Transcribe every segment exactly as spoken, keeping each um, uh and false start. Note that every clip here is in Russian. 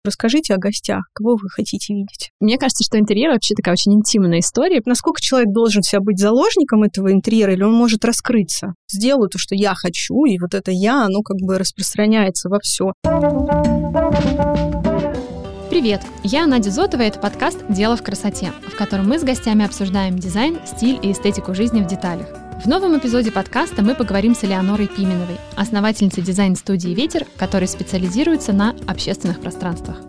Расскажите о гостях, кого вы хотите видеть. Мне кажется, что интерьер вообще такая очень интимная история. Насколько человек должен себя быть заложником этого интерьера, или он может раскрыться? Сделаю то, что я хочу, и вот это я, оно как бы распространяется во все. Привет, я Надя Зотова, и это подкаст «Дело в красоте», в котором мы с гостями обсуждаем дизайн, стиль и эстетику жизни в деталях. В новом эпизоде подкаста мы поговорим с Элеонорой Пименовой, основательницей дизайн-студии «Ветер», которая специализируется на общественных пространствах.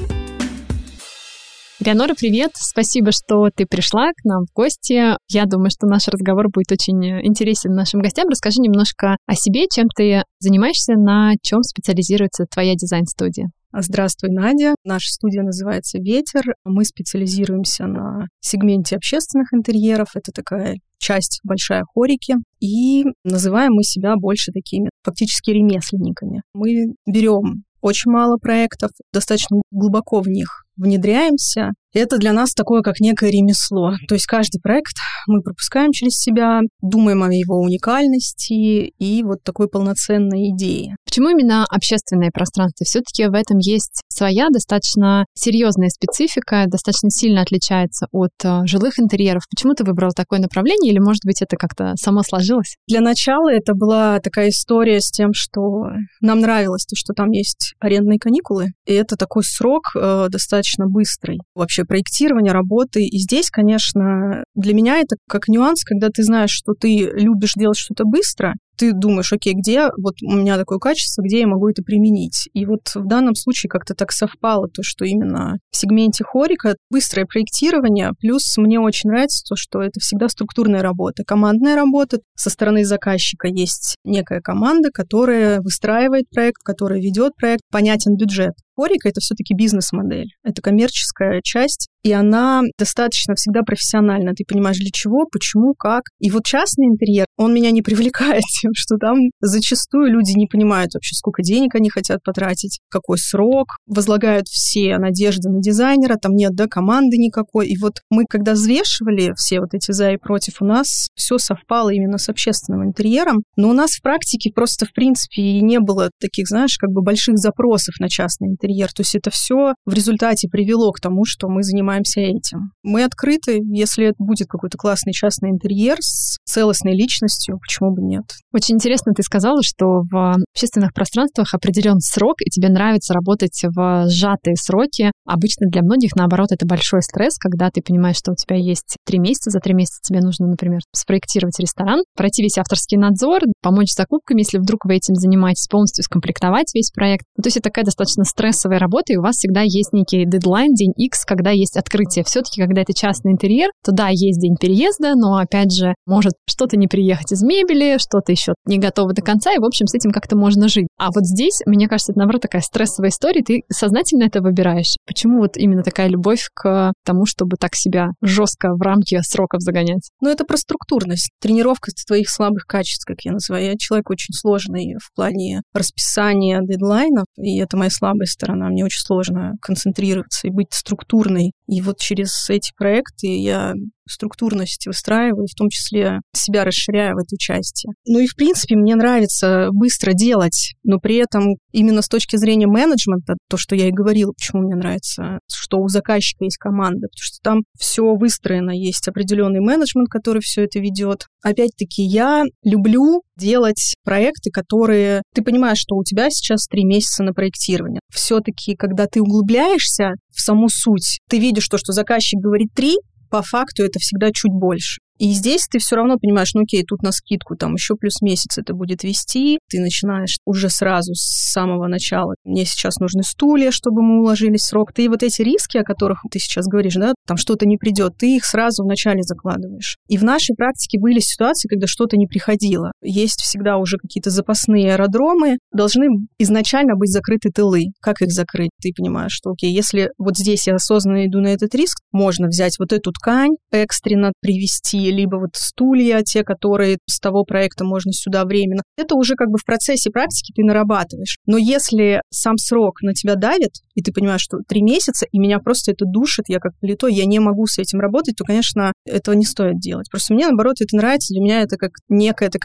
Элеонора, привет! Спасибо, что ты пришла к нам в гости. Я думаю, что наш разговор будет очень интересен нашим гостям. Расскажи немножко о себе, чем ты занимаешься, на чем специализируется твоя дизайн-студия. Здравствуй, Надя. Наша студия называется «Ветер». Мы специализируемся на сегменте общественных интерьеров. Это такая часть большая хорики. И называем мы себя больше такими фактически ремесленниками. Мы берем очень мало проектов, достаточно глубоко в них внедряемся. Это для нас такое, как некое ремесло. То есть каждый проект мы пропускаем через себя, думаем о его уникальности и вот такой полноценной идее. Почему именно общественное пространство? Все-таки в этом есть своя достаточно серьезная специфика, достаточно сильно отличается от жилых интерьеров. Почему ты выбрала такое направление, или, может быть, это как-то само сложилось? Для начала это была такая история с тем, что нам нравилось то, что там есть арендные каникулы, и это такой срок э, достаточно быстрый. Вообще проектирование, работы. И здесь, конечно, для меня это как нюанс, когда ты знаешь, что ты любишь делать что-то быстро, ты думаешь, окей, где вот у меня такое качество, где я могу это применить? И вот в данном случае как-то так совпало то, что именно в сегменте хорика быстрое проектирование, плюс мне очень нравится то, что это всегда структурная работа, командная работа. Со стороны заказчика есть некая команда, которая выстраивает проект, которая ведет проект, понятен бюджет. Хорика — это все-таки бизнес-модель, это коммерческая часть, и она достаточно всегда профессиональна. Ты понимаешь, для чего, почему, как. И вот частный интерьер, он меня не привлекает тем, что там зачастую люди не понимают вообще, сколько денег они хотят потратить, какой срок, возлагают все надежды на дизайнера, там нет, да, команды никакой. И вот мы, когда взвешивали все вот эти за и против, у нас все совпало именно с общественным интерьером, но у нас в практике просто, в принципе, и не было таких, знаешь, как бы больших запросов на частный интерьер. интерьер. То есть это все в результате привело к тому, что мы занимаемся этим. Мы открыты, если это будет какой-то классный частный интерьер с целостной личностью, почему бы нет. Очень интересно ты сказала, что в общественных пространствах определен срок, и тебе нравится работать в сжатые сроки. Обычно для многих, наоборот, это большой стресс, когда ты понимаешь, что у тебя есть три месяца, за три месяца тебе нужно, например, спроектировать ресторан, пройти весь авторский надзор, помочь с закупками, если вдруг вы этим занимаетесь, полностью скомплектовать весь проект. Ну, то есть это такая достаточно стрессовая стрессовая работа, и у вас всегда есть некий дедлайн, день X, когда есть открытие. Все-таки, когда это частный интерьер, то да, есть день переезда, но, опять же, может что-то не приехать из мебели, что-то еще не готово до конца, и, в общем, с этим как-то можно жить. А вот здесь, мне кажется, это, наоборот, такая стрессовая история, ты сознательно это выбираешь. Почему вот именно такая любовь к тому, чтобы так себя жестко в рамки сроков загонять? Ну, это про структурность. Тренировка твоих слабых качеств, как я называю. Я человек очень сложный в плане расписания дедлайнов, и это моя слабая сторона. Мне очень сложно концентрироваться и быть структурной. И вот через эти проекты я структурность выстраиваю, в том числе себя расширяю в этой части. Ну и, в принципе, мне нравится быстро делать, но при этом именно с точки зрения менеджмента, то, что я и говорила, почему мне нравится, что у заказчика есть команда, потому что там все выстроено, есть определенный менеджмент, который все это ведет. Опять-таки, я люблю делать проекты, которые... Ты понимаешь, что у тебя сейчас три месяца на проектирование. Все-таки, когда ты углубляешься в саму суть, ты видишь то, что заказчик говорит три, по факту это всегда чуть больше. И здесь ты все равно понимаешь, ну окей, тут на скидку там еще плюс месяц это будет вести. Ты начинаешь уже сразу с самого начала. Мне сейчас нужны стулья, чтобы мы уложились в срок. Ты вот эти риски, о которых ты сейчас говоришь, да, там что-то не придет, ты их сразу вначале закладываешь. И в нашей практике были ситуации, когда что-то не приходило. Есть всегда уже какие-то запасные аэродромы. Должны изначально быть закрыты тылы. Как их закрыть? Ты понимаешь, что окей, если вот здесь я осознанно иду на этот риск, можно взять вот эту ткань, экстренно привезти, либо вот стулья, те, которые с того проекта можно сюда временно. Это уже как бы в процессе практики ты нарабатываешь. Но если сам срок на тебя давит, и ты понимаешь, что три месяца, и меня просто это душит, я как влитой, я не могу с этим работать, то, конечно, этого не стоит делать. Просто мне, наоборот, это нравится. Для меня это как некая такая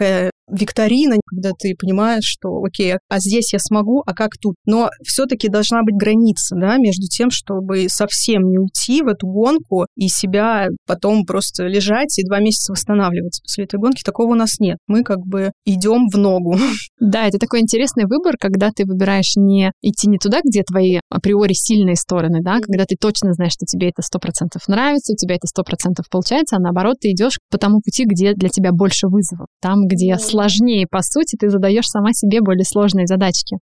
викторина, когда ты понимаешь, что окей, а здесь я смогу, а как тут? Но все-таки должна быть граница, да, между тем, чтобы совсем не уйти в эту гонку и себя потом просто лежать и два месяца восстанавливаться после этой гонки. Такого у нас нет. Мы как бы идем в ногу. Да, это такой интересный выбор, когда ты выбираешь не идти не туда, где твои априори сильные стороны, да, когда ты точно знаешь, что тебе это сто процентов нравится, у тебя это сто процентов получается, а наоборот, ты идешь по тому пути, где для тебя больше вызовов. Там, где сложнее, по сути, ты задаешь сама себе более сложные задачки.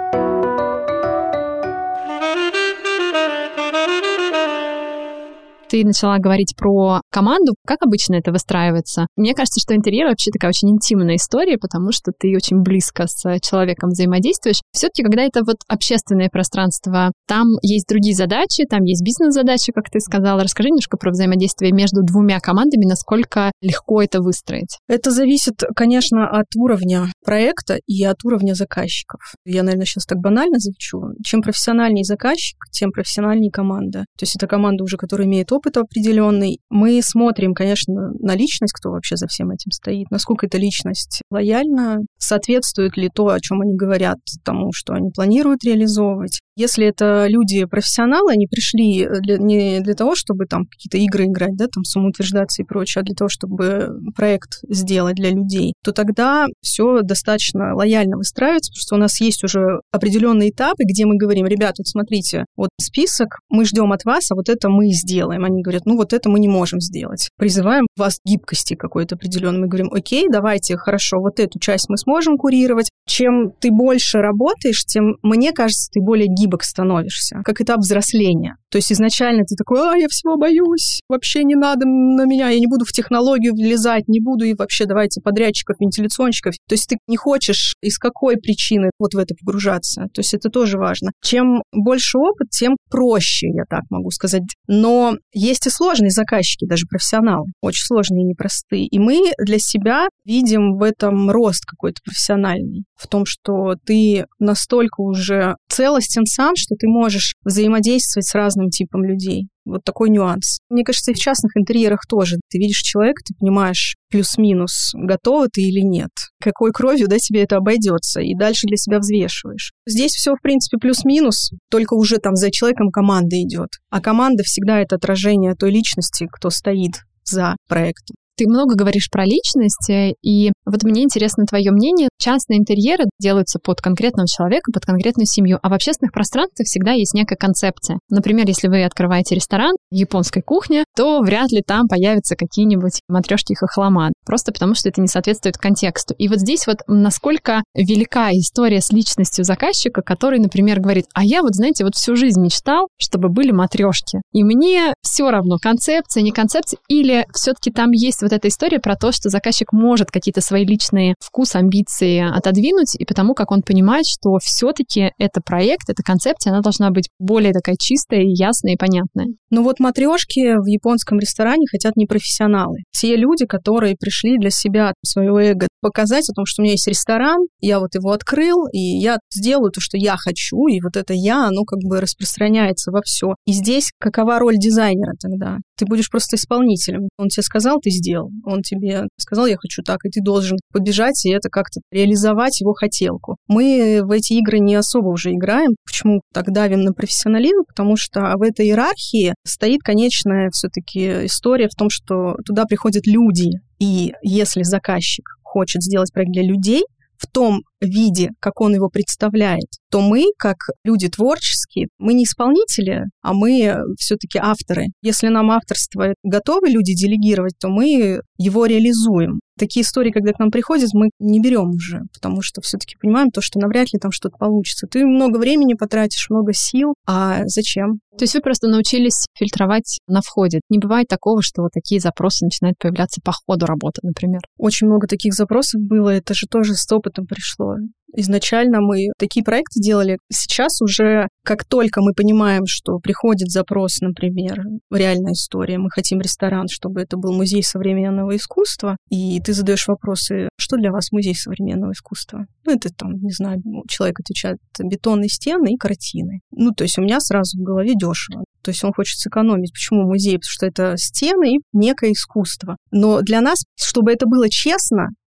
Ты начала говорить про команду. Как обычно это выстраивается? Мне кажется, что интерьер вообще такая очень интимная история, потому что ты очень близко с человеком взаимодействуешь. Все-таки, когда это вот общественное пространство, там есть другие задачи, там есть бизнес-задачи, как ты сказала. Расскажи немножко про взаимодействие между двумя командами, насколько легко это выстроить. Это зависит, конечно, от уровня проекта и от уровня заказчиков. Я, наверное, сейчас так банально звучу. Чем профессиональнее заказчик, тем профессиональнее команда. То есть это команда уже, которая имеет опыт определенный. Мы смотрим, конечно, на личность, кто вообще за всем этим стоит, насколько эта личность лояльна, соответствует ли то, о чем они говорят, тому, что они планируют реализовывать. Если это люди-профессионалы, они пришли для, не для того, чтобы там какие-то игры играть, да, там самоутверждаться и прочее, а для того, чтобы проект сделать для людей, то тогда все достаточно лояльно выстраивается, потому что у нас есть уже определенные этапы, где мы говорим: ребята, вот смотрите, вот список, мы ждем от вас, а вот это мы сделаем. Они говорят: ну вот это мы не можем сделать. Призываем вас к гибкости какой-то определенной. Мы говорим: окей, давайте, хорошо, вот эту часть мы сможем курировать. Чем ты больше работаешь, тем, мне кажется, ты более гибок становишься, как этап взросления. То есть изначально ты такой: а, я всего боюсь, вообще не надо на меня, я не буду в технологию влезать, не буду, и вообще давайте подрядчиков, вентиляционщиков. То есть ты не хочешь из какой причины вот в это погружаться. То есть это тоже важно. Чем больше опыт, тем проще, я так могу сказать. Но есть и сложные заказчики, даже профессионалы, очень сложные и непростые. И мы для себя видим в этом рост какой-то профессиональный, в том, что ты настолько уже целостен сам, что ты можешь взаимодействовать с разным типом людей. Вот такой нюанс. Мне кажется, и в частных интерьерах тоже. Ты видишь человека, ты понимаешь плюс-минус, готова ты или нет. Какой кровью, да, тебе это обойдется. И дальше для себя взвешиваешь. Здесь все, в принципе, плюс-минус, только уже там за человеком команда идет. А команда всегда это отражение той личности, кто стоит за проектом. Ты много говоришь про личности, и вот мне интересно твое мнение. Частные интерьеры делаются под конкретного человека, под конкретную семью, а в общественных пространствах всегда есть некая концепция. Например, если вы открываете ресторан японской кухни, то вряд ли там появятся какие-нибудь матрешки и хохлома, просто потому что это не соответствует контексту. И вот здесь вот насколько велика история с личностью заказчика, который, например, говорит: а я вот, знаете, вот всю жизнь мечтал, чтобы были матрешки. И мне все равно, концепция, не концепция, или все-таки там есть вот эта история про то, что заказчик может какие-то свои личные вкусы, амбиции отодвинуть, и потому как он понимает, что все-таки это проект, эта концепция, она должна быть более такая чистая, ясная и понятная. Ну вот матрешки в японском ресторане хотят не профессионалы. Те люди, которые пришли для себя, своего эго, показать о том, что у меня есть ресторан, я вот его открыл, и я сделаю то, что я хочу, и вот это я, оно как бы распространяется во все. И здесь какова роль дизайнера тогда? Ты будешь просто исполнителем. Он тебе сказал, ты сделал. Он тебе сказал: я хочу так, и ты должен побежать и это как-то реализовать его хотелку. Мы в эти игры не особо уже играем. Почему так давим на профессионализм? Потому что в этой иерархии стоит конечная все-таки история в том, что туда приходят люди, и если заказчик хочет сделать проект для людей в том виде, как он его представляет, то мы, как люди творческие, мы не исполнители, а мы все-таки авторы. Если нам авторство готовы люди делегировать, то мы его реализуем. Такие истории, когда к нам приходят, мы не берем уже, потому что все-таки понимаем то, что навряд ли там что-то получится. Ты много времени потратишь, много сил, а зачем? То есть вы просто научились фильтровать на входе. Не бывает такого, что вот такие запросы начинают появляться по ходу работы, например? Очень много таких запросов было, это же тоже с опытом пришло. Изначально мы такие проекты делали. Сейчас уже, как только мы понимаем, что приходит запрос, например, реальная история, мы хотим ресторан, чтобы это был музей современного искусства, и ты задаешь вопросы: что для вас музей современного искусства? Ну, это там, не знаю, человек отвечает: бетонные стены и картины. Ну, то есть у меня сразу в голове дешево. То есть он хочет сэкономить. Почему музей? Потому что это стены и некое искусство. Но для нас, чтобы это было честно,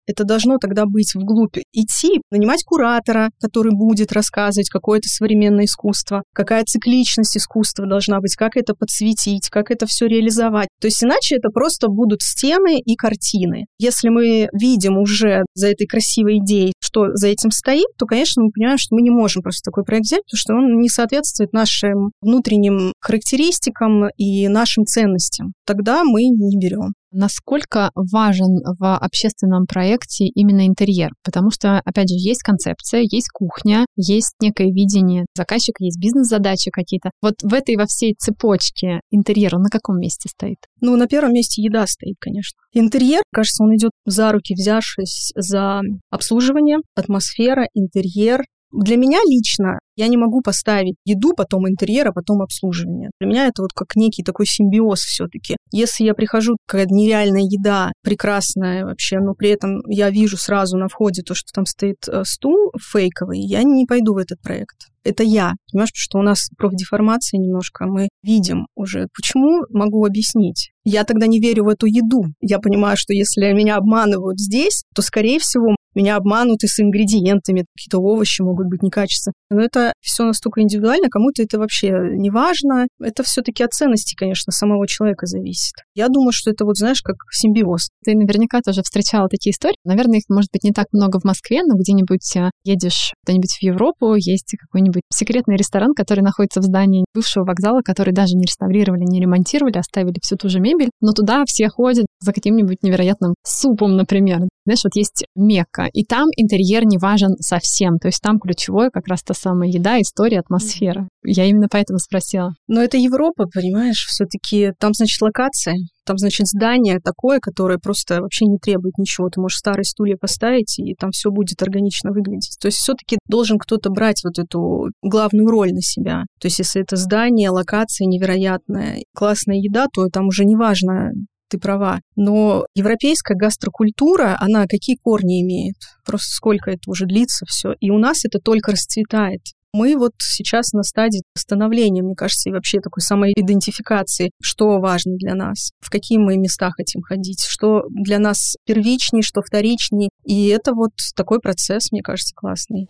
Это должно тогда быть вглубь идти, нанимать куратора, который будет рассказывать какое-то современное искусство, какая цикличность искусства должна быть, как это подсветить, как это все реализовать. То есть иначе это просто будут стены и картины. Если мы видим уже за этой красивой идеей, что за этим стоит, то, конечно, мы понимаем, что мы не можем просто такой проект взять, потому что он не соответствует нашим внутренним характеристикам и нашим ценностям. Тогда мы не берем. Насколько важен в общественном проекте именно интерьер? Потому что, опять же, есть концепция, есть кухня, есть некое видение заказчика, есть бизнес-задачи какие-то. Вот в этой во всей цепочке интерьер, он на каком месте стоит? Ну, на первом месте еда стоит, конечно. Интерьер, кажется, он идет за руки, взявшись за обслуживание, атмосфера, интерьер. Для меня лично я не могу поставить еду, потом интерьер, а потом обслуживание. Для меня это вот как некий такой симбиоз все-таки. Если я прихожу, какая-то нереальная еда, прекрасная вообще, но при этом я вижу сразу на входе то, что там стоит стул фейковый, я не пойду в этот проект. Это я, понимаешь, потому что у нас профдеформация немножко, мы видим уже. Почему? Могу объяснить. Я тогда не верю в эту еду. Я понимаю, что если меня обманывают здесь, то, скорее всего, меня обманут и с ингредиентами. Какие-то овощи могут быть некачественные. Но это все настолько индивидуально, кому-то это вообще не важно. Это все-таки от ценностей, конечно, самого человека зависит. Я думаю, что это вот, знаешь, как симбиоз. Ты наверняка тоже встречала такие истории. Наверное, их может быть не так много в Москве, но где-нибудь едешь куда-нибудь в Европу, есть какой-нибудь секретный ресторан, который находится в здании бывшего вокзала, который даже не реставрировали, не ремонтировали, оставили всю ту же мебель, но туда все ходят за каким-нибудь невероятным супом, например. Знаешь, вот есть Мекка, и там интерьер не важен совсем. То есть там ключевое как раз та самая еда, история, атмосфера. Я именно поэтому спросила. Но это Европа, понимаешь, все-таки там, значит, локация. Там, значит, здание такое, которое просто вообще не требует ничего. Ты можешь старые стулья поставить, и там все будет органично выглядеть. То есть все-таки должен кто-то брать вот эту главную роль на себя. То есть если это здание, локация невероятная, классная еда, то там уже не важно, ты права. Но европейская гастрокультура, она какие корни имеет? Просто сколько это уже длится все. И у нас это только расцветает. Мы вот сейчас на стадии становления, мне кажется, и вообще такой самоидентификации, что важно для нас, в какие мы места хотим ходить, что для нас первичней, что вторичней. И это вот такой процесс, мне кажется, классный.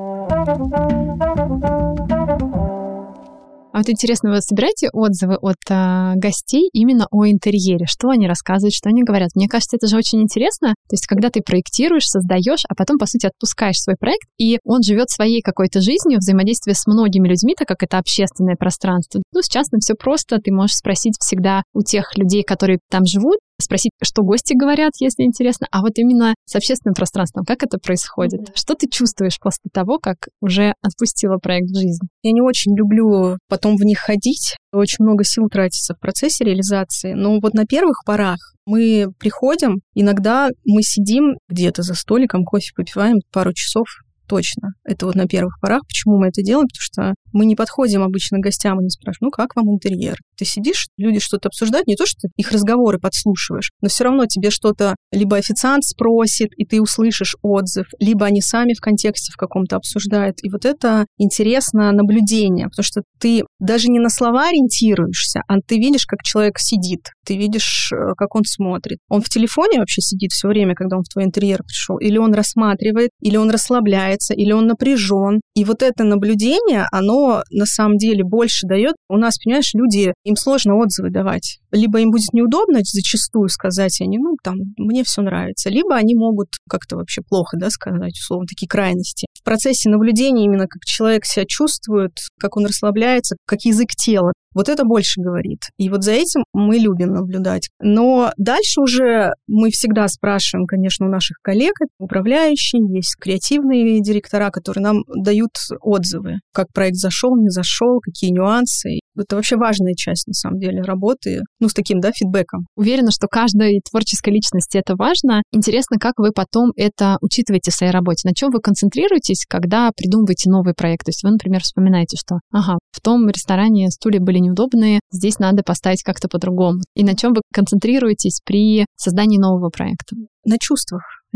А вот интересно, вы собираете отзывы от а, гостей именно о интерьере? Что они рассказывают, что они говорят? Мне кажется, это же очень интересно. То есть, когда ты проектируешь, создаешь, а потом, по сути, отпускаешь свой проект, и он живет своей какой-то жизнью, взаимодействие с многими людьми, так как это общественное пространство. Ну, с частным все просто. Ты можешь спросить всегда у тех людей, которые там живут, спросить, что гости говорят, если интересно. А вот именно с общественным пространством, как это происходит? Mm-hmm. Что ты чувствуешь после того, как уже отпустила проект в жизнь? Я не очень люблю потом в них ходить. Очень много сил тратится в процессе реализации. Но вот на первых порах мы приходим, иногда мы сидим где-то за столиком, кофе попиваем пару часов. Точно. Это вот на первых порах. Почему мы это делаем? Потому что мы не подходим обычно к гостям и не спрашиваем, ну, как вам интерьер? Ты сидишь, люди что-то обсуждают, не то, что ты их разговоры подслушиваешь, но все равно тебе что-то либо официант спросит, и ты услышишь отзыв, либо они сами в контексте в каком-то обсуждают. И вот это интересно наблюдение, потому что ты даже не на слова ориентируешься, а ты видишь, как человек сидит, ты видишь, как он смотрит. Он в телефоне вообще сидит все время, когда он в твой интерьер пришел, или он рассматривает, или он расслабляется, или он напряжен. И вот это наблюдение, оно на самом деле больше дает. У нас, понимаешь, люди, им сложно отзывы давать. Либо им будет неудобно зачастую сказать, они, ну, там, мне все нравится. Либо они могут как-то вообще плохо, да, сказать, условно, такие крайности. В процессе наблюдения именно как человек себя чувствует, как он расслабляется, как язык тела. Вот это больше говорит. И вот за этим мы любим наблюдать. Но дальше уже мы всегда спрашиваем, конечно, у наших коллег, управляющие, есть креативные директора, которые нам дают отзывы, как проект зашел, не зашел, какие нюансы. Это вообще важная часть, на самом деле, работы, ну, с таким, да, фидбэком. Уверена, что каждой творческой личности это важно. Интересно, как вы потом это учитываете в своей работе? На чем вы концентрируетесь, когда придумываете новый проект? То есть вы, например, вспоминаете, что, ага, в том ресторане стулья были неудобные, здесь надо поставить как-то по-другому. И на чем вы концентрируетесь при создании нового проекта? На чувствах людей.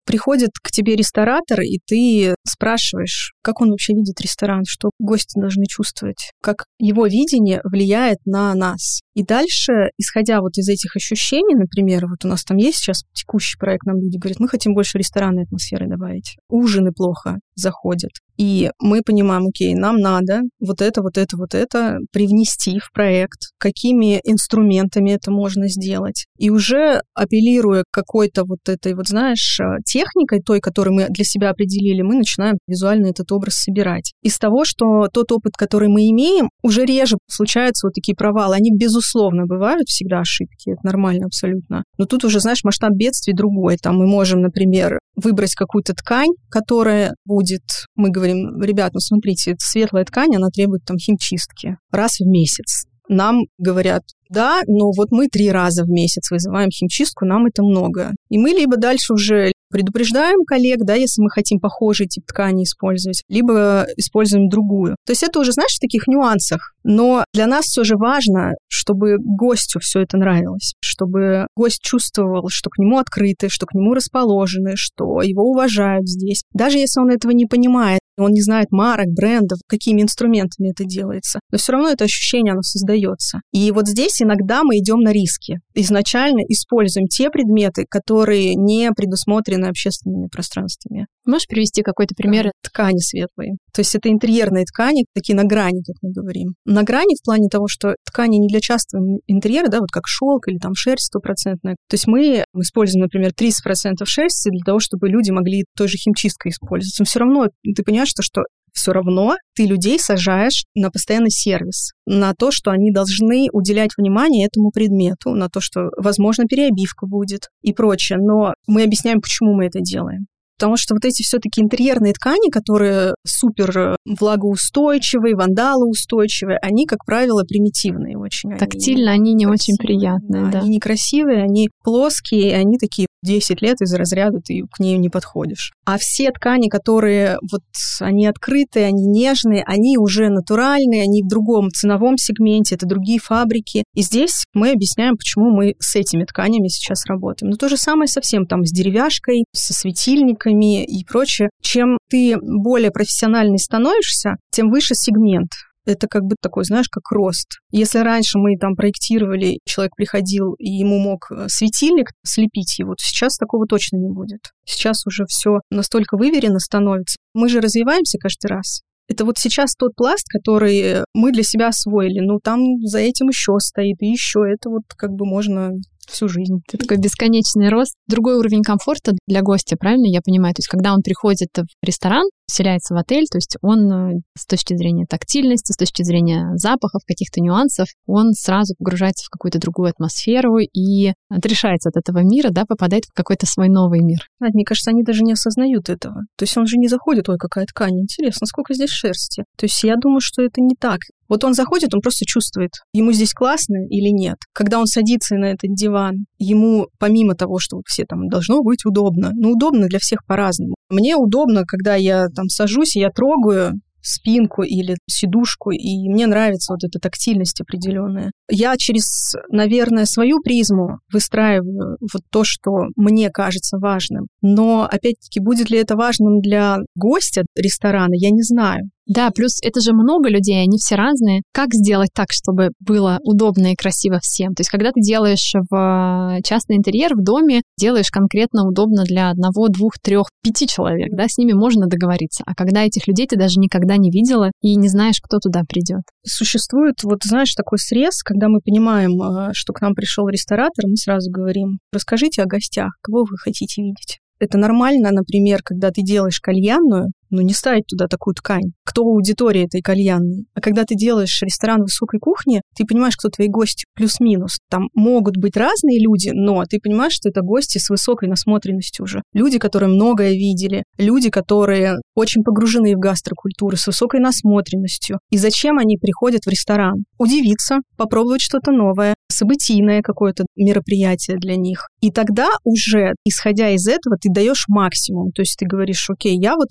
Приходит к тебе ресторатор, и ты спрашиваешь, как он вообще видит ресторан, что гости должны чувствовать, как его видение влияет на нас. И дальше, исходя вот из этих ощущений, например, вот у нас там есть сейчас текущий проект, нам люди говорят, мы хотим больше ресторанной атмосферы добавить. Ужины плохо заходят. И мы понимаем, окей, нам надо вот это, вот это, вот это привнести в проект, какими инструментами это можно сделать. И уже апеллируя к какой-то вот этой, вот знаешь, техникой, той, которую мы для себя определили, мы начинаем визуально этот образ собирать. Из того, что тот опыт, который мы имеем, уже реже случаются вот такие провалы. Они, безусловно, бывают всегда ошибки, это нормально абсолютно. Но тут уже, знаешь, масштаб бедствий другой. Там мы можем, например, выбрать какую-то ткань, которая будет, мы говорим, ребят, ну смотрите, это светлая ткань, она требует там химчистки раз в месяц. Нам говорят, да, но вот мы три раза в месяц вызываем химчистку, нам это много. И мы либо дальше уже предупреждаем коллег, да, если мы хотим похожий тип ткани использовать, либо используем другую. То есть это уже, знаешь, в таких нюансах. Но для нас все же важно, чтобы гостю все это нравилось, чтобы гость чувствовал, что к нему открыты, что к нему расположены, что его уважают здесь. Даже если он этого не понимает, он не знает марок, брендов, какими инструментами это делается, но все равно это ощущение, оно создается. И вот здесь иногда мы идем на риски. Изначально используем те предметы, которые не предусмотрены общественными пространствами. Можешь привести какой-то пример? Ткани светлые. То есть это интерьерные ткани, такие на грани, как мы говорим. На грани в плане того, что ткани не для частного интерьера, да, вот как шелк или там шерсть стопроцентная. То есть мы используем, например, тридцать процентов шерсти для того, чтобы люди могли той же химчисткой использовать. Но все равно ты понимаешь, что, что все равно ты людей сажаешь на постоянный сервис, на то, что они должны уделять внимание этому предмету, на то, что, возможно, переобивка будет и прочее. Но мы объясняем, почему мы это делаем. Потому что вот эти все-таки интерьерные ткани, которые супер влагоустойчивые, вандалоустойчивые, они, как правило, примитивные очень. Тактильно они, они не очень приятные. Да, да. Они некрасивые, они плоские, они такие десять лет из разряда ты к ней не подходишь. А все ткани, которые вот они открытые, они нежные, они уже натуральные, они в другом ценовом сегменте, это другие фабрики. И здесь мы объясняем, почему мы с этими тканями сейчас работаем. Но то же самое совсем там с деревяшкой, со светильниками и прочее. Чем ты более профессиональный становишься, тем выше сегмент. Это как бы такой, знаешь, как рост. Если раньше мы там проектировали, человек приходил и ему мог светильник слепить его, то сейчас такого точно не будет. Сейчас уже все настолько выверено становится. Мы же развиваемся каждый раз. Это вот сейчас тот пласт, который мы для себя освоили. Ну, там за этим еще стоит, и еще. Это вот как бы можно всю жизнь. Это такой бесконечный рост. Другой уровень комфорта для гостя, правильно я понимаю? То есть, когда он приходит в ресторан, вселяется в отель, то есть он с точки зрения тактильности, с точки зрения запахов, каких-то нюансов, он сразу погружается в какую-то другую атмосферу и отрешается от этого мира, да, попадает в какой-то свой новый мир. Мне кажется, они даже не осознают этого. То есть он же не заходит, ой, какая ткань, интересно, сколько здесь шерсти. То есть я думаю, что это не так. Вот он заходит, он просто чувствует, ему здесь классно или нет. Когда он садится на этот диван, ему помимо того, что вот все там должно быть удобно, ну, удобно для всех по-разному. Мне удобно, когда я там сажусь, и я трогаю спинку или сидушку, и мне нравится вот эта тактильность определенная. Я через, наверное, свою призму выстраиваю вот то, что мне кажется важным. Но, опять-таки, будет ли это важным для гостя ресторана, я не знаю. Да, плюс это же много людей, они все разные. Как сделать так, чтобы было удобно и красиво всем? То есть, когда ты делаешь в частный интерьер в доме, делаешь конкретно удобно для одного, двух, трех, пяти человек, да, с ними можно договориться. А когда этих людей ты даже никогда не видела и не знаешь, кто туда придет. Существует, вот знаешь, такой срез, когда мы понимаем, что к нам пришел ресторатор, мы сразу говорим, расскажите о гостях, кого вы хотите видеть. Это нормально, например, когда ты делаешь кальянную, ну, не ставить туда такую ткань. Кто аудитория этой кальянной? А когда ты делаешь ресторан высокой кухни, ты понимаешь, кто твои гости, плюс-минус. Там могут быть разные люди, но ты понимаешь, что это гости с высокой насмотренностью уже. Люди, которые многое видели, люди, которые очень погружены в гастрокультуру, с высокой насмотренностью. И зачем они приходят в ресторан? Удивиться, попробовать что-то новое, событийное какое-то мероприятие для них. И тогда уже, исходя из этого, ты даешь максимум. То есть ты говоришь, окей, я вот это вижу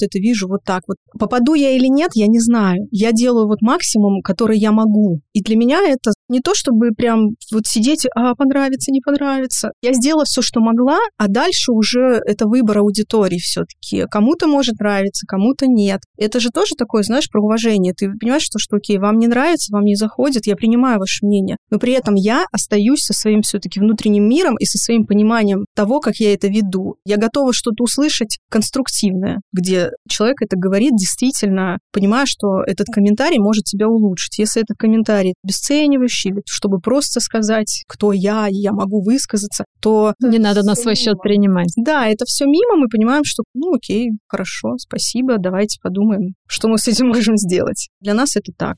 вот так вот. Попаду я или нет, я не знаю. Я делаю вот максимум, который я могу. И для меня это не то, чтобы прям вот сидеть, а понравится, не понравится. Я сделала все, что могла, а дальше уже это выбор аудитории все-таки. Кому-то может нравиться, кому-то нет. Это же тоже такое, знаешь, про уважение. Ты понимаешь, что, что окей, вам не нравится, вам не заходит, я принимаю ваше мнение. Но при этом я остаюсь со своим все-таки внутренним миром и со своим пониманием того, как я это веду. Я готова что-то услышать конструктивное, где человек это говорит действительно, понимая, что этот комментарий может тебя улучшить. Если этот комментарий обесценивающий, или чтобы просто сказать, кто я, и я могу высказаться, то... Не надо на свой счет принимать. Да, это все мимо, мы понимаем, что, ну окей, хорошо, спасибо, давайте подумаем, что мы с этим можем сделать. Для нас это так.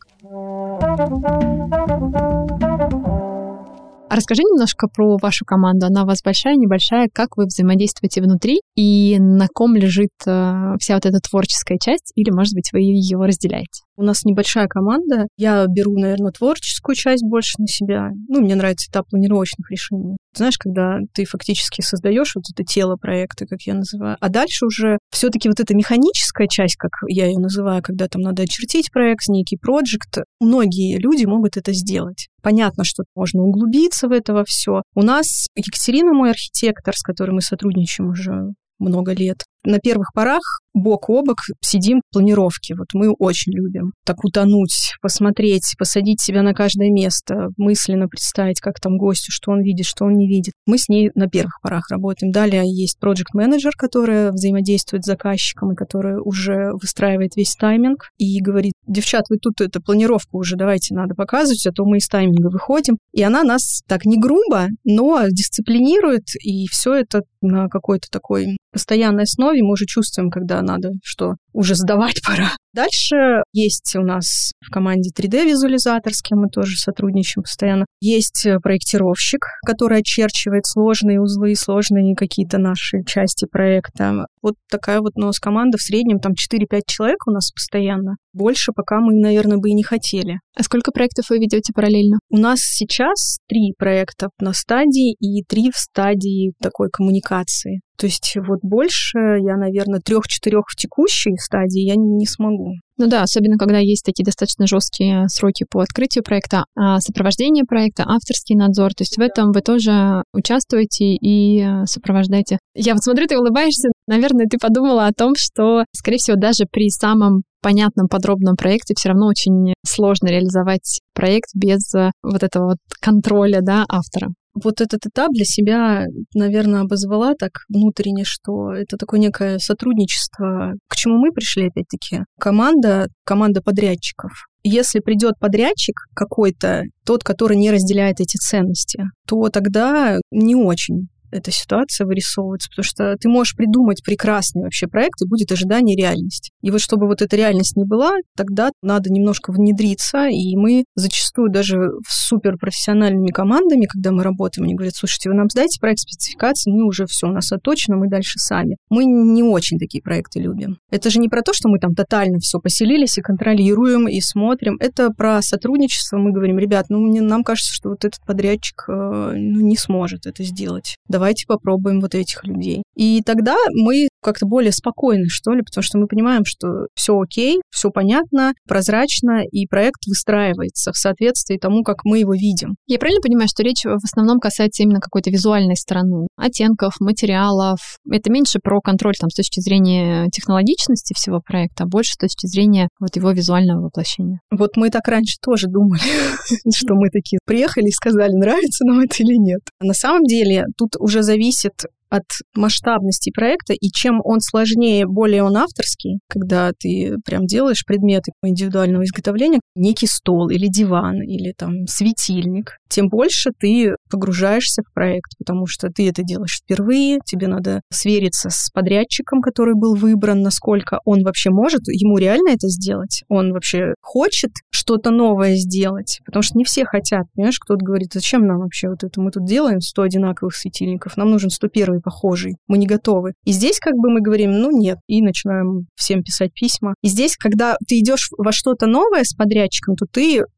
А расскажи немножко про вашу команду. Она у вас большая, небольшая? Как вы взаимодействуете внутри? И на ком лежит э, вся вот эта творческая часть? Или, может быть, вы ее разделяете? У нас небольшая команда. Я беру, наверное, творческую часть больше на себя. Ну, мне нравится этап планировочных решений. Знаешь, когда ты фактически создаешь вот это тело проекта, как я называю, а дальше уже все-таки вот эта механическая часть, как я ее называю, когда там надо очертить проект, некий проект, многие люди могут это сделать. Понятно, что можно углубиться в это во все. У нас Екатерина, мой архитектор, с которой мы сотрудничаем уже много лет, на первых порах бок о бок сидим в планировке. Вот мы очень любим так утонуть, посмотреть, посадить себя на каждое место, мысленно представить, как там гостю, что он видит, что он не видит. Мы с ней на первых порах работаем. Далее есть проект-менеджер, который взаимодействует с заказчиком и который уже выстраивает весь тайминг и говорит: девчат, вы тут эту планировку уже давайте надо показывать, а то мы из тайминга выходим. И она нас так не грубо, но дисциплинирует, и все это на какой-то такой постоянной основе. Мы уже чувствуем, когда надо, что уже сдавать пора. Дальше есть у нас в команде три дэ-визуализатор, с кем мы тоже сотрудничаем постоянно. Есть проектировщик, который очерчивает сложные узлы, сложные какие-то наши части проекта. Вот такая вот у нас команда. В среднем там четыре-пять человек у нас постоянно. Больше пока мы, наверное, бы и не хотели. А сколько проектов вы ведете параллельно? У нас сейчас три проекта на стадии и три в стадии такой коммуникации. То есть вот больше я, наверное, трех-четырех в текущей стадии я не смогу. Ну да, особенно когда есть такие достаточно жесткие сроки по открытию проекта, а сопровождение проекта, авторский надзор. То есть в этом вы тоже участвуете и сопровождаете. Я вот смотрю, ты улыбаешься. Наверное, ты подумала о том, что, скорее всего, даже при самом понятном, подробном проекте все равно очень сложно реализовать проект без вот этого вот контроля, да, автора. Вот этот этап для себя, наверное, обозвала так внутренне, что это такое некое сотрудничество. К чему мы пришли, опять-таки? Команда, команда подрядчиков. Если придет подрядчик какой-то, тот, который не разделяет эти ценности, то тогда не очень эта ситуация вырисовывается, потому что ты можешь придумать прекрасный вообще проект, и будет ожидание реальности. И вот чтобы вот эта реальность не была, тогда надо немножко внедриться, и мы зачастую даже с суперпрофессиональными командами, когда мы работаем, они говорят: слушайте, вы нам сдайте проект спецификации, мы уже все, у нас оточено, мы дальше сами. Мы не очень такие проекты любим. Это же не про то, что мы там тотально все поселились и контролируем, и смотрим. Это про сотрудничество. Мы говорим: ребят, ну мне, нам кажется, что вот этот подрядчик э, ну, не сможет это сделать. Давайте попробуем вот этих людей. И тогда мы как-то более спокойны, что ли, потому что мы понимаем, что все окей, все понятно, прозрачно, и проект выстраивается в соответствии тому, как мы его видим. Я правильно понимаю, что речь в основном касается именно какой-то визуальной стороны? Оттенков, материалов. Это меньше про контроль там, с точки зрения технологичности всего проекта, а больше с точки зрения вот его визуального воплощения. Вот мы так раньше тоже думали, что мы такие приехали и сказали, нравится нам это или нет. На самом деле тут уже зависит от масштабности проекта, и чем он сложнее, более он авторский, когда ты прям делаешь предметы индивидуального изготовления, некий стол или диван, или там светильник, тем больше ты погружаешься в проект, потому что ты это делаешь впервые, тебе надо свериться с подрядчиком, который был выбран, насколько он вообще может, ему реально это сделать, он вообще хочет что-то новое сделать, потому что не все хотят, понимаешь, кто-то говорит, зачем нам вообще вот это, мы тут делаем сто одинаковых светильников, нам нужен сто первый похожий, мы не готовы. И здесь как бы мы говорим, ну нет, и начинаем всем писать письма. И здесь, когда ты идешь во что-то новое с подрядчиком, то ты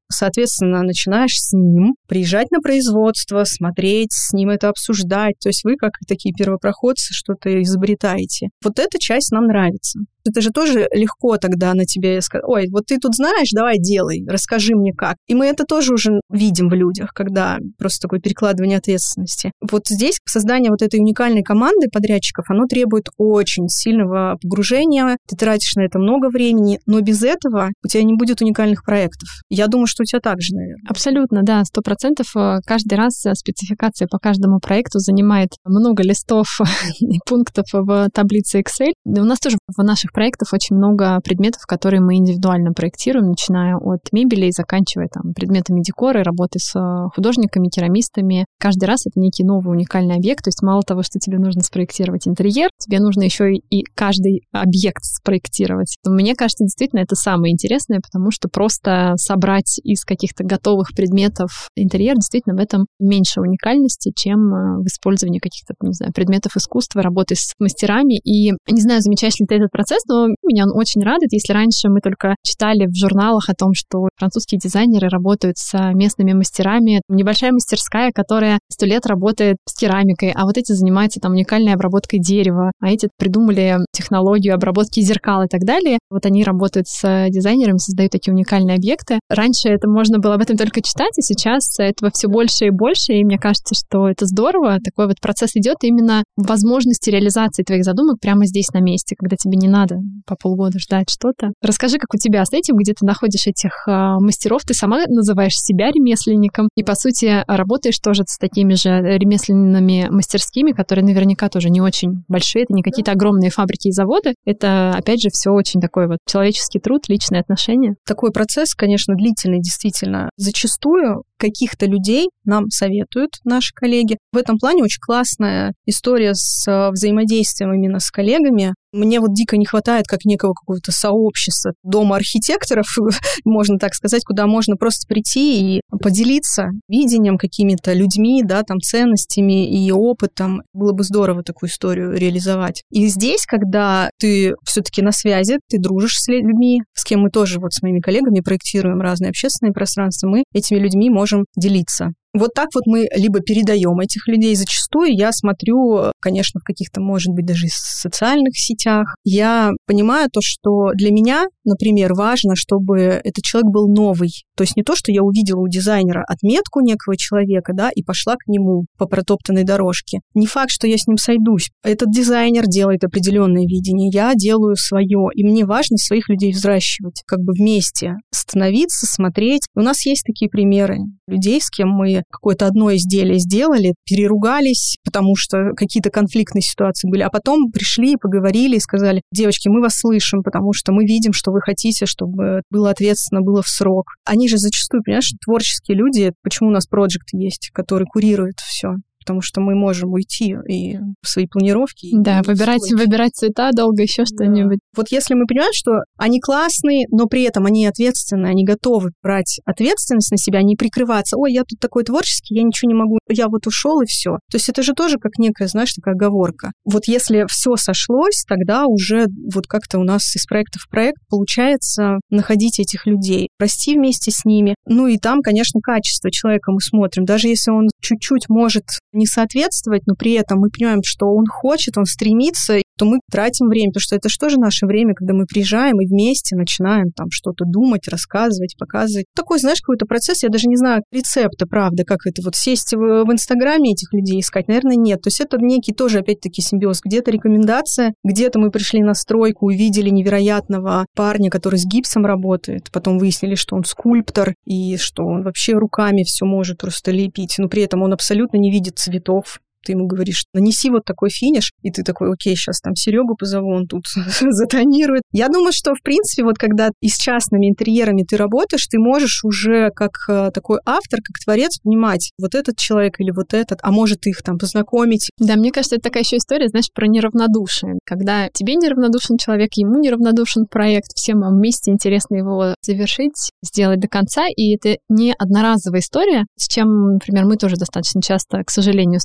соответственно, начинаешь с ним приезжать на производство, смотреть, с ним это обсуждать. То есть вы, как такие первопроходцы, что-то изобретаете. Вот эта часть нам нравится. Это же тоже легко тогда на тебе сказать: ой, вот ты тут знаешь, давай делай, расскажи мне как. И мы это тоже уже видим в людях, когда просто такое перекладывание ответственности. Вот здесь создание вот этой уникальной команды подрядчиков, оно требует очень сильного погружения. Ты тратишь на это много времени, но без этого у тебя не будет уникальных проектов. Я думаю, что у тебя так же, наверное. Абсолютно, да, сто процентов. Каждый раз спецификация по каждому проекту занимает много листов и пунктов в таблице Excel. У нас тоже в наших проектов очень много предметов, которые мы индивидуально проектируем, начиная от мебели и заканчивая там предметами декора, работы с художниками, керамистами. Каждый раз это некий новый уникальный объект, то есть мало того, что тебе нужно спроектировать интерьер, тебе нужно еще и каждый объект спроектировать. Мне кажется, действительно, это самое интересное, потому что просто собрать из каких-то готовых предметов интерьер, действительно, в этом меньше уникальности, чем в использовании каких-то, не знаю, предметов искусства, работы с мастерами. И не знаю, замечаешь ли ты этот процесс, но меня он очень радует. Если раньше мы только читали в журналах о том, что французские дизайнеры работают с местными мастерами, небольшая мастерская, которая сто лет работает с керамикой, а вот эти занимаются там уникальной обработкой дерева, а эти придумали технологию обработки зеркал и так далее. Вот они работают с дизайнерами, создают такие уникальные объекты. Раньше это можно было об этом только читать, а сейчас этого все больше и больше, и мне кажется, что это здорово. Такой вот процесс идет именно возможности реализации твоих задумок прямо здесь на месте, когда тебе не надо по полгода ждать что-то. Расскажи, как у тебя с этим, где ты находишь этих э, мастеров, ты сама называешь себя ремесленником, и, по сути, работаешь тоже с такими же ремесленными мастерскими, которые наверняка тоже не очень большие, это не какие-то огромные фабрики и заводы, это, опять же, все очень такой вот человеческий труд, личные отношения. Такой процесс, конечно, длительный, действительно. Зачастую каких-то людей нам советуют наши коллеги. В этом плане очень классная история с взаимодействием именно с коллегами. Мне вот дико не хватает как некого какого-то сообщества, дома архитекторов, можно так сказать, куда можно просто прийти и поделиться видением какими-то людьми, да, там, ценностями и опытом. Было бы здорово такую историю реализовать. И здесь, когда ты все-таки на связи, ты дружишь с людьми, с кем мы тоже вот с моими коллегами проектируем разные общественные пространства, мы этими людьми можем делиться. Вот так вот мы либо передаем этих людей. Зачастую я смотрю, конечно, в каких-то, может быть, даже социальных сетях. Я понимаю то, что для меня, например, важно, чтобы этот человек был новый. То есть не то, что я увидела у дизайнера отметку некого человека, да, и пошла к нему по протоптанной дорожке. Не факт, что я с ним сойдусь. Этот дизайнер делает определенное видение, я делаю свое. И мне важно своих людей взращивать, как бы вместе становиться, смотреть. У нас есть такие примеры людей, с кем мы какое-то одно изделие сделали, переругались, потому что какие-то конфликтные ситуации были, а потом пришли, поговорили и сказали: девочки, мы вас слышим, потому что мы видим, что вы хотите, чтобы было ответственно, было в срок. Они же зачастую, понимаешь, творческие люди, почему у нас проект есть, который курирует все. Потому что мы можем уйти и в свои планировки. Да, выбирать, выбирать цвета долго, еще да. что-нибудь. Вот если мы понимаем, что они классные, но при этом они ответственные, они готовы брать ответственность на себя, не прикрываться: ой, я тут такой творческий, я ничего не могу, я вот ушел и все. То есть это же тоже как некая, знаешь, такая оговорка. Вот если все сошлось, тогда уже вот как-то у нас из проекта в проект получается находить этих людей, расти вместе с ними. Ну и там, конечно, качество человека мы смотрим. Даже если он чуть-чуть может не соответствовать, но при этом мы понимаем, что он хочет, он стремится, то мы тратим время, потому что это же тоже наше время, когда мы приезжаем и вместе начинаем там что-то думать, рассказывать, показывать. Такой, знаешь, какой-то процесс, я даже не знаю рецепта, правда, как это вот сесть в, в Инстаграме этих людей искать, наверное, нет. То есть это некий тоже, опять-таки, симбиоз. Где-то рекомендация, где-то мы пришли на стройку, увидели невероятного парня, который с гипсом работает, потом выяснили, что он скульптор и что он вообще руками все может просто лепить, но при этом он абсолютно не видит цветов. Ты ему говоришь: нанеси вот такой финиш, и ты такой: окей, сейчас там Серегу позову, он тут затонирует. Я думаю, что, в принципе, вот когда и с частными интерьерами ты работаешь, ты можешь уже как такой автор, как творец понимать, вот этот человек или вот этот, а может их там познакомить. Да, мне кажется, это такая еще история, знаешь, про неравнодушие. Когда тебе неравнодушен человек, ему неравнодушен проект, всем вам вместе интересно его завершить, сделать до конца, и это не одноразовая история, с чем, например, мы тоже достаточно часто, к сожалению, сталкиваемся.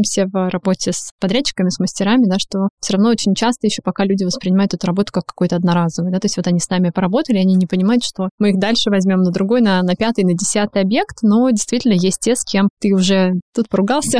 сталкиваемся в работе с подрядчиками, с мастерами, да, что все равно очень часто еще пока люди воспринимают эту работу как какой-то одноразовый, да, то есть вот они с нами поработали, они не понимают, что мы их дальше возьмем на другой, на, на пятый, на десятый объект, но действительно есть те, с кем ты уже тут поругался,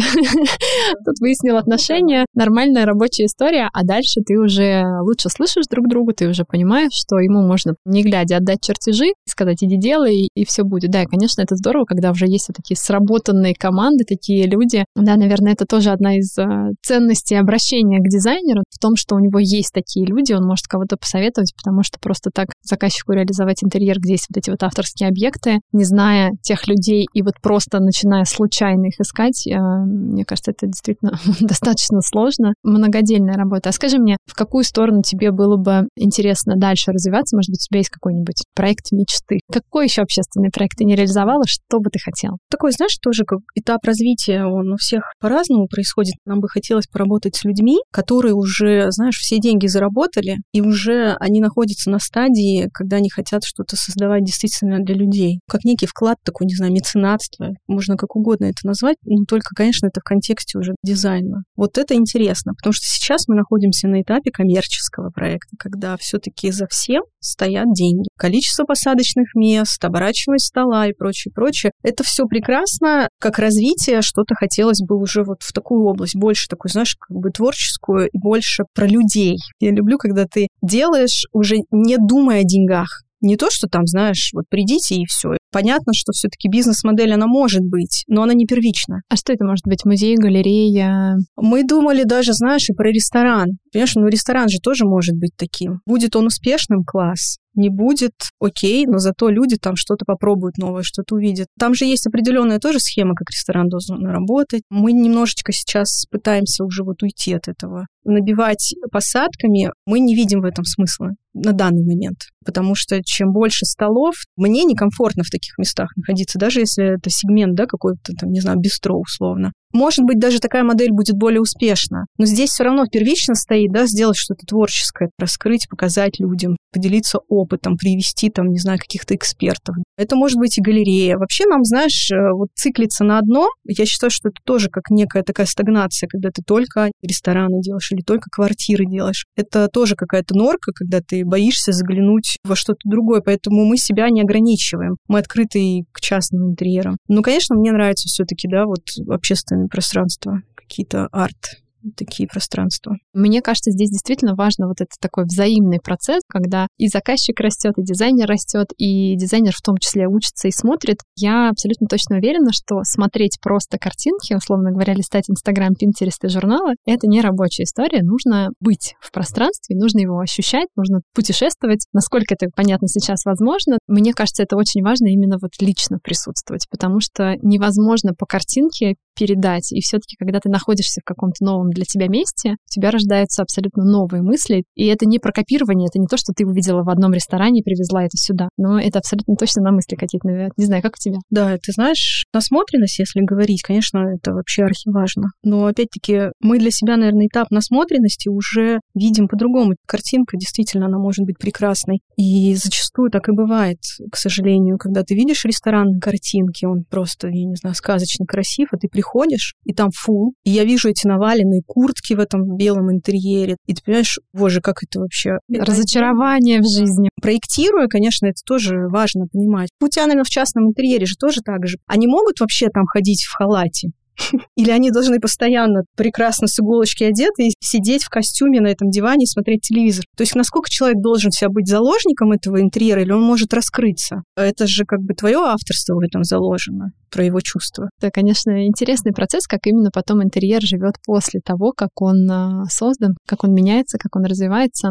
тут выяснил отношения, нормальная рабочая история, а дальше ты уже лучше слышишь друг друга, ты уже понимаешь, что ему можно, не глядя, отдать чертежи, сказать, иди делай, и, и все будет. Да, и, конечно, это здорово, когда уже есть вот такие сработанные команды, такие люди. Да, наверное, это тоже одна из э, ценностей обращения к дизайнеру в том, что у него есть такие люди, он может кого-то посоветовать, потому что просто так заказчику реализовать интерьер, где есть вот эти вот авторские объекты, не зная тех людей и вот просто начиная случайно их искать, э, мне кажется, это действительно достаточно сложно. Многодельная работа. А скажи мне, в какую сторону тебе было бы интересно дальше развиваться? Может быть, у тебя есть какой-нибудь проект мечты? Какой еще общественный проект ты не реализовала? Что бы ты хотела? Такой, знаешь, тоже как этап развития, он у всех по-разному происходит. Нам бы хотелось поработать с людьми, которые уже, знаешь, все деньги заработали, и уже они находятся на стадии, когда они хотят что-то создавать действительно для людей. Как некий вклад такой, не знаю, меценатство, можно как угодно это назвать, но только, конечно, это в контексте уже дизайна. Вот это интересно, потому что сейчас мы находимся на этапе коммерческого проекта, когда все-таки за всем стоят деньги. Количество посадочных мест, оборачиваемость стола и прочее, прочее. Это все прекрасно, как развитие, что-то хотелось бы уже вот в такую область, больше такую, знаешь, как бы творческую и больше про людей. Я люблю, когда ты делаешь, уже не думая о деньгах. Не то, что там, знаешь, вот придите и все. Понятно, что все-таки бизнес-модель, она может быть, но она не первична. А что это может быть? Музей, галерея? Мы думали даже, знаешь, и про ресторан. Понимаешь, ну ресторан же тоже может быть таким. Будет он успешным, класс. Не будет, окей, но зато люди там что-то попробуют новое, что-то увидят. Там же есть определенная тоже схема, как ресторан должен работать. Мы немножечко сейчас пытаемся уже вот уйти от этого. Набивать посадками мы не видим в этом смысла на данный момент. Потому что чем больше столов, мне некомфортно в таких местах находиться, даже если это сегмент, да, какой-то там, не знаю, бистро условно. Может быть, даже такая модель будет более успешна. Но здесь все равно первично стоит, да, сделать что-то творческое, раскрыть, показать людям, поделиться опытом, привести там, не знаю, каких-то экспертов. Это может быть и галерея. Вообще нам, знаешь, вот циклиться на одно, я считаю, что это тоже как некая такая стагнация, когда ты только рестораны делаешь или только квартиры делаешь. Это тоже какая-то норка, когда ты боишься заглянуть во что-то другое, поэтому мы себя не ограничиваем. Мы открыты и к частным интерьерам. Ну, конечно, мне нравится все-таки, да, вот общественное пространство, какие-то арт. Такие пространства. Мне кажется, здесь действительно важно вот этот такой взаимный процесс, когда и заказчик растет, и дизайнер растет, и дизайнер в том числе учится и смотрит. Я абсолютно точно уверена, что смотреть просто картинки, условно говоря, листать Инстаграм, Пинтерест и журналы, это не рабочая история. Нужно быть в пространстве, нужно его ощущать, нужно путешествовать. Насколько это, понятно, сейчас возможно. Мне кажется, это очень важно именно вот лично присутствовать, потому что невозможно по картинке передать. И все-таки, когда ты находишься в каком-то новом для тебя месте, у тебя рождаются абсолютно новые мысли. И это не про копирование, это не то, что ты увидела в одном ресторане и привезла это сюда. Но это абсолютно точно на мысли какие-то навевают. Не знаю, как у тебя? Да, ты знаешь, насмотренность, если говорить, конечно, это вообще архиважно. Но опять-таки мы для себя, наверное, этап насмотренности уже видим по-другому. Картинка действительно, она может быть прекрасной. И зачастую так и бывает, к сожалению, когда ты видишь ресторан на картинке, он просто, я не знаю, сказочно красив, а ты приходишь, и там фул, и я вижу эти наваленные куртки в этом белом интерьере, и ты понимаешь, боже, как это вообще... Разочарование в жизни. Проектируя, конечно, это тоже важно понимать. У тебя, наверное, в частном интерьере же тоже так же. Они могут вообще там ходить в халате? Или они должны постоянно прекрасно с иголочки одеты и сидеть в костюме на этом диване и смотреть телевизор? То есть насколько человек должен себя быть заложником этого интерьера, или он может раскрыться? Это же как бы твое авторство в этом заложено, про его чувства. Это, конечно, интересный процесс, как именно потом интерьер живет после того, как он создан, как он меняется, как он развивается.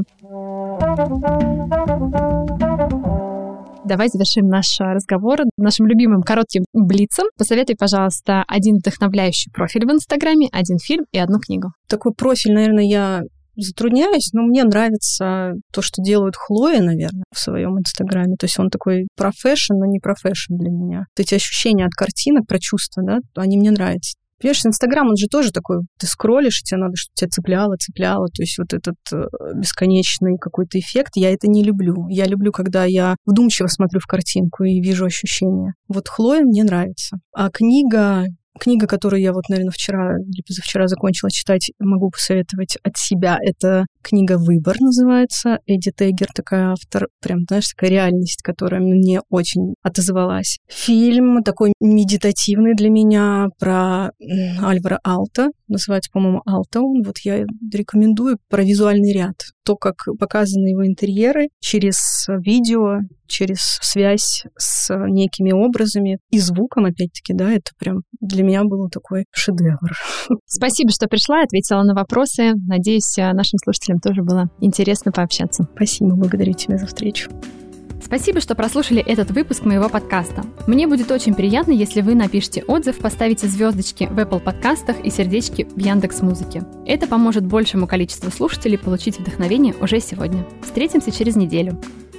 Давай завершим наш разговор нашим любимым коротким блицом. Посоветуй, пожалуйста, один вдохновляющий профиль в Инстаграме, один фильм и одну книгу. Такой профиль, наверное, я затрудняюсь, но мне нравится то, что делает Хлоя, наверное, в своем Инстаграме. То есть он такой про фэшн, но не про фэшн для меня. Вот эти ощущения от картинок, про чувства, да, они мне нравятся. Понимаешь, Инстаграм, он же тоже такой, ты скроллишь, и тебе надо, чтобы тебя цепляло, цепляло. То есть вот этот бесконечный какой-то эффект, я это не люблю. Я люблю, когда я вдумчиво смотрю в картинку и вижу ощущения. Вот Хлоя мне нравится. А книга... Книга, которую я вот, наверное, вчера или позавчера закончила читать, могу посоветовать от себя. Это книга «Выбор» называется. Эдди Теггер, такая автор. Прям, знаешь, такая реальность, которая мне очень отозвалась. Фильм такой медитативный для меня про Альвара Алто. Называется, по-моему, «Алто». Вот я рекомендую про визуальный ряд. То, как показаны его интерьеры через видео, через связь с некими образами и звуком, опять-таки, да, это прям для меня был такой шедевр. Спасибо, что пришла и ответила на вопросы. Надеюсь, нашим слушателям тоже было интересно пообщаться. Спасибо, благодарю тебя за встречу. Спасибо, что прослушали этот выпуск моего подкаста. Мне будет очень приятно, если вы напишите отзыв, поставите звездочки в Apple подкастах и сердечки в Яндекс.Музыке. Это поможет большему количеству слушателей получить вдохновение уже сегодня. Встретимся через неделю.